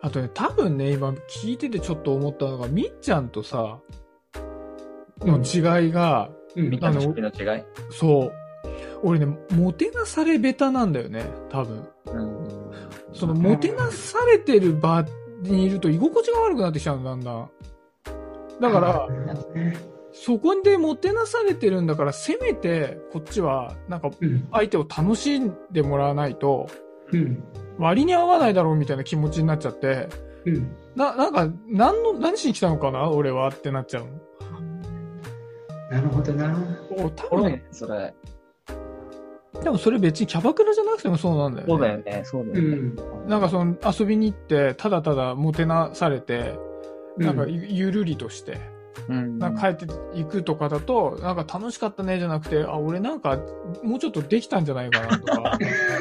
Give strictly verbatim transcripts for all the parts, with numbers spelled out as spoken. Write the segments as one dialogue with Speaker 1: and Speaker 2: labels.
Speaker 1: あとね、多分ね、今聞いててちょっと思ったのが、みっちゃんとさ、の違いが、
Speaker 2: うん。
Speaker 3: みんなの趣味の違い。
Speaker 1: そう。俺ね、もてなされベタなんだよね、多分。
Speaker 3: うん。
Speaker 1: その、もてなされてる場にいると居心地が悪くなってきちゃうんだんだん。だから、そこでもてなされてるんだから、せめて、こっちは、なんか、相手を楽しんでもらわないと、
Speaker 2: うん。
Speaker 1: 割に合わないだろうみたいな気持ちになっちゃって、
Speaker 2: うん。
Speaker 1: な、なんか、何の、何しに来たのかな俺はってなっちゃうの。
Speaker 2: なるほどな。
Speaker 1: お、多分、
Speaker 3: それ。
Speaker 1: でもそれ別にキャバクラじゃなくてもそうなんだよね。
Speaker 3: そうだよね、そうだよね。うん、
Speaker 1: なんかその遊びに行って、ただただもてなされて、なんかゆ、ゆるりとして、うん、なんか帰っていくとかだと、なんか楽しかったねじゃなくて、あ、俺なんかもうちょっとできたんじゃないかなとか。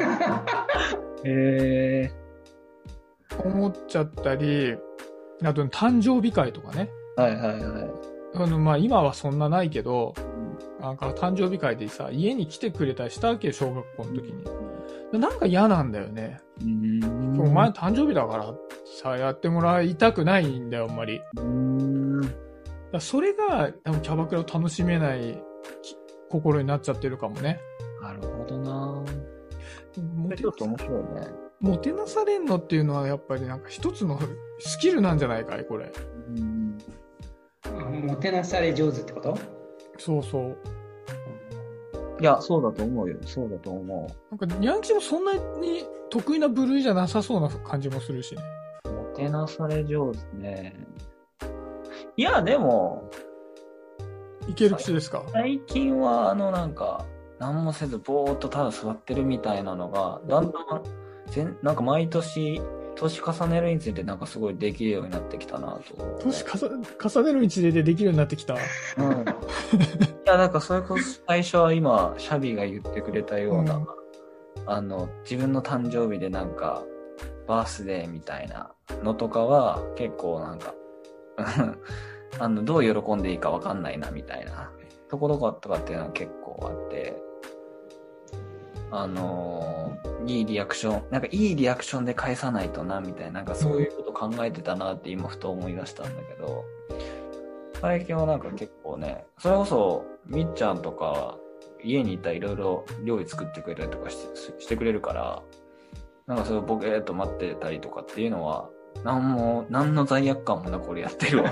Speaker 3: へ
Speaker 1: ー。思っちゃったり、あと誕生日会とかね。
Speaker 3: はいはいはい。
Speaker 1: あの、まあ今はそんなないけど、なんか誕生日会でさ、家に来てくれたりしたわけよ、小学校の時に。なんか嫌なんだよね。うんお前誕生日だからさ、やってもらいたくないんだよ、あんまり。うんだそれが多分キャバクラを楽しめない心になっちゃってるかもね。
Speaker 3: なるほどなぁ。ちょっと面白いね。
Speaker 1: もてなされんのっていうのはやっぱりなんか一つのスキルなんじゃないかい、これ。
Speaker 2: うんもてなされ上手ってこと？
Speaker 1: そうそう。
Speaker 3: いや、そうだと思うよ。そうだと思
Speaker 1: う。なんか、ニャン吉もそんなに得意な部類じゃなさそうな感じもするしね。
Speaker 3: もてなされ上手ね。いや、でも、
Speaker 1: いける口ですか？
Speaker 3: 最近は、あの、なんか、何もせず、ぼーっとただ座ってるみたいなのが、だんだん、全なんか毎年、年重ねるについてなんかすごいできるようになってきたなと。
Speaker 1: 年重ねるにつれてできるようになってきた。うん。
Speaker 3: いや、なんかそれこそ最初は今、シャビが言ってくれたような、うん、あの、自分の誕生日でなんか、バースデーみたいなのとかは結構なんか、あの、どう喜んでいいかわかんないなみたいなところとかっていうのは結構あって、あのー、いいリアクション、なんかいいリアクションで返さないとな、みたいな、なんかそういうこと考えてたなって今ふと思い出したんだけど、最近はなんか結構ね、それこそ、みっちゃんとか、家にいたらいろいろ料理作ってくれたりとか し, してくれるから、なんかそれをボケーっと待ってたりとかっていうのは、なんも、なんの罪悪感もなく俺やってるわ。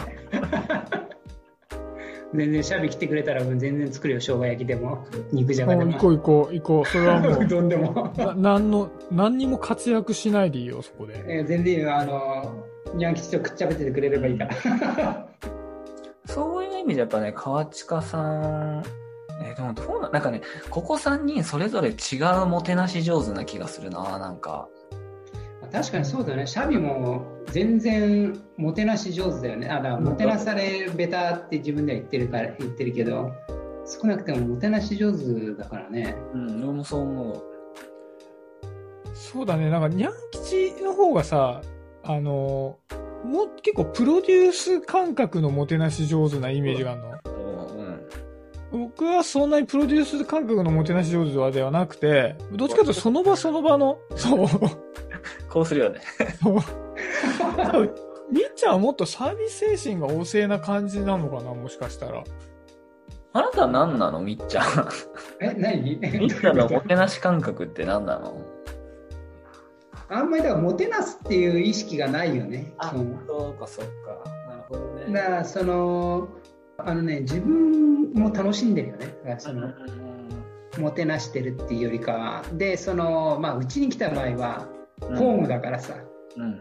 Speaker 2: 全然シャビ来てくれたら全然作るよ、生姜焼きでも肉じゃがでも。
Speaker 1: 行こう行こう行こう。それはもう
Speaker 2: うどんでも
Speaker 1: な何の何にも活躍しないでいいよそこで。
Speaker 2: えー、全然いいよ、あのニャン吉とくっちゃべっててくれればいいから。
Speaker 3: そういう意味でやっぱね、川近さん、えー、でもどうななんかね、ここさんにんそれぞれ違うもてなし上手な気がするな、なんか。
Speaker 2: 確かにそうだね。シャビも全然もてなし上手だよね。あだもてなされベタって自分では言ってるから言ってるけど、少なくてももてなし上手だからね。
Speaker 3: うん、俺もそう思う。
Speaker 1: そうだね。なんかニャン吉の方がさ、あのもう結構プロデュース感覚のもてなし上手なイメージがあるの。うん、僕はそんなにプロデュース感覚のもてなし上手ではなくて、どっちかというとその場その場の、そう。
Speaker 3: こうするよね。
Speaker 1: みっちゃんはもっとサービス精神が旺盛な感じなのかな、もしかしたら。
Speaker 3: あなたは何なの、みっちゃん。
Speaker 2: え、何？
Speaker 3: みっちゃんのもてなし感覚って何なの？
Speaker 2: あんまりだからもてなすっていう意識がないよね。
Speaker 3: あ、そうかそうか。なるほどね。
Speaker 2: だからそのあのね、自分も楽しんでるよね。だからそのもてなしてるっていうよりかは、でそのまあうちに来た場合は。ホームだからさ、うんうん、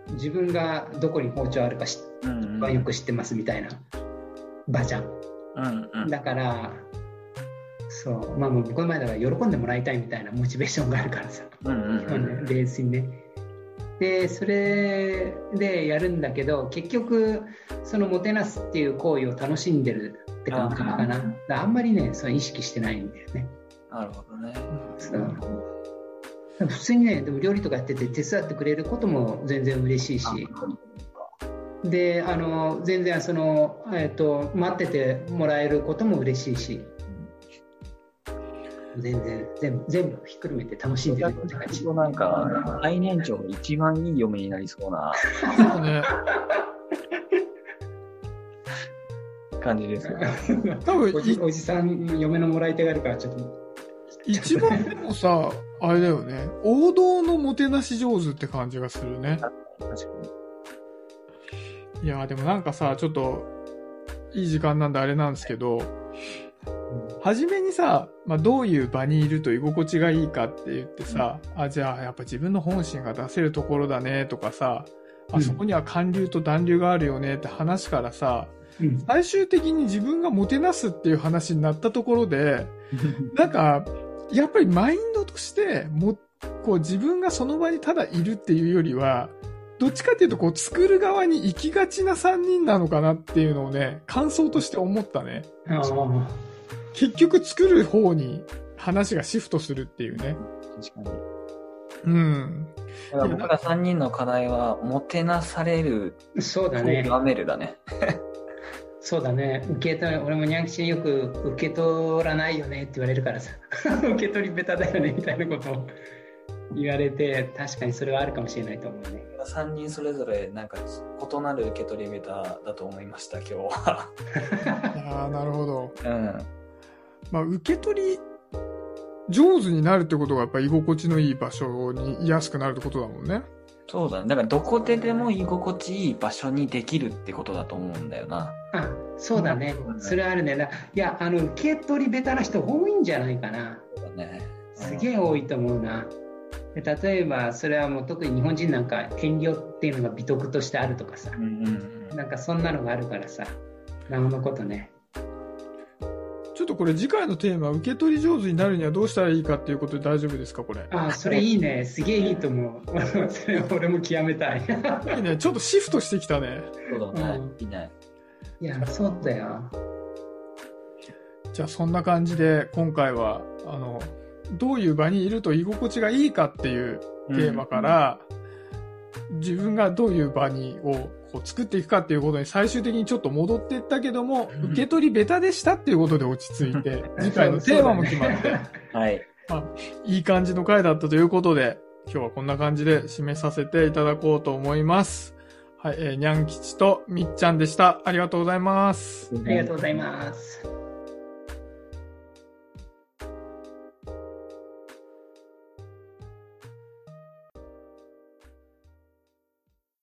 Speaker 2: 自分がどこに包丁あるかし、うんうん、よく知ってますみたいな場じゃん、うんうん、だからそうまあもう僕の前だから喜んでもらいたいみたいなモチベーションがあるからさ、うんうんうん、ベースにね。でそれでやるんだけど結局そのもてなすっていう行為を楽しんでるって感じかな。 あ, だあんまりねその意識してないんだよね。
Speaker 3: なるほどね。
Speaker 2: そう普通にね、でも料理とかやってて手伝ってくれることも全然嬉しいし、であの全然その、えーと、待っててもらえることも嬉しいし、 全然、全部、全部ひっくるめて楽しんでるって感じ。
Speaker 3: なんか、最年長が一番いい嫁になりそうな
Speaker 1: ね、
Speaker 3: 感じですよね。
Speaker 1: 多分
Speaker 2: おじ、おじさん、嫁のもらい手があるから、ちょっと。
Speaker 1: 一番でもさ、あれだよね。王道のもてなし上手って感じがするね。
Speaker 3: 確か
Speaker 1: いや、でもなんかさ、ちょっと、いい時間なんであれなんですけど、はじめにさ、まあ、どういう場にいると居心地がいいかって言ってさ、うん、あ、じゃあやっぱ自分の本心が出せるところだねとかさ、あそこには韓流と暖流があるよねって話からさ、うん、最終的に自分がもてなすっていう話になったところで、なんか、やっぱりマインドとしても、こう自分がその場にただいるっていうよりは、どっちかっていうとこう作る側に行きがちなさんにんなのかなっていうのをね、感想として思ったね。結局作る方に話がシフトするっていうね。
Speaker 3: 確かに。
Speaker 1: うん。
Speaker 3: だから僕らさんにんの課題は、もてなされる。
Speaker 2: そうだね。
Speaker 3: 極めるだね。
Speaker 2: そうだね。受け取る、俺もニャン吉によく受け取らないよねって言われるからさ。受け取り下手だよねみたいなことを言われて、確かにそれはあるかもしれないと思うね。
Speaker 3: さんにんそれぞれなんか異なる受け取り下手だと思いました、今日は。
Speaker 1: ああ、なるほど。
Speaker 3: うん。
Speaker 1: まあ、受け取り上手になるってことがやっぱり居心地のいい場所に居やすくなるってことだもんね。
Speaker 3: そうだね。だからどこででも居心地いい場所にできるってことだと思うんだよな。
Speaker 2: あ、そうだね。うん、それあるね。いや、あの、受け取り下手な人多いんじゃないかな。
Speaker 3: そうだね。
Speaker 2: うん、すげえ多いと思うな。で例えば、それはもう特に日本人なんか遠慮っていうのが美徳としてあるとかさ。うんうんうん、なんかそんなのがあるからさ。なおのことね。
Speaker 1: ちょっとこれ次回のテーマ、受け取り上手になるにはどうしたらいいかっていうことで大丈夫ですか、これ。
Speaker 2: ああ、それいいね。すげえいいと思う。それ俺も極めたい。
Speaker 1: いいね。ちょっとシフトしてきたね。
Speaker 3: そうだね。うん、いいね。
Speaker 2: いや、そうだよ。
Speaker 1: じゃあそんな感じで今回は、あの、どういう場にいると居心地がいいかっていうテーマから、うん、自分がどういう場にをこう作っていくかっていうことに最終的にちょっと戻っていったけども、うん、受け取りベタでしたっていうことで落ち着いて、次回のテーマも決まって、
Speaker 3: はい。
Speaker 1: まあ、いい感じの回だったということで、今日はこんな感じで締めさせていただこうと思います。はい、えー、にゃん吉とみっちゃんでした。ありがとうございます。
Speaker 2: ありがとうございます。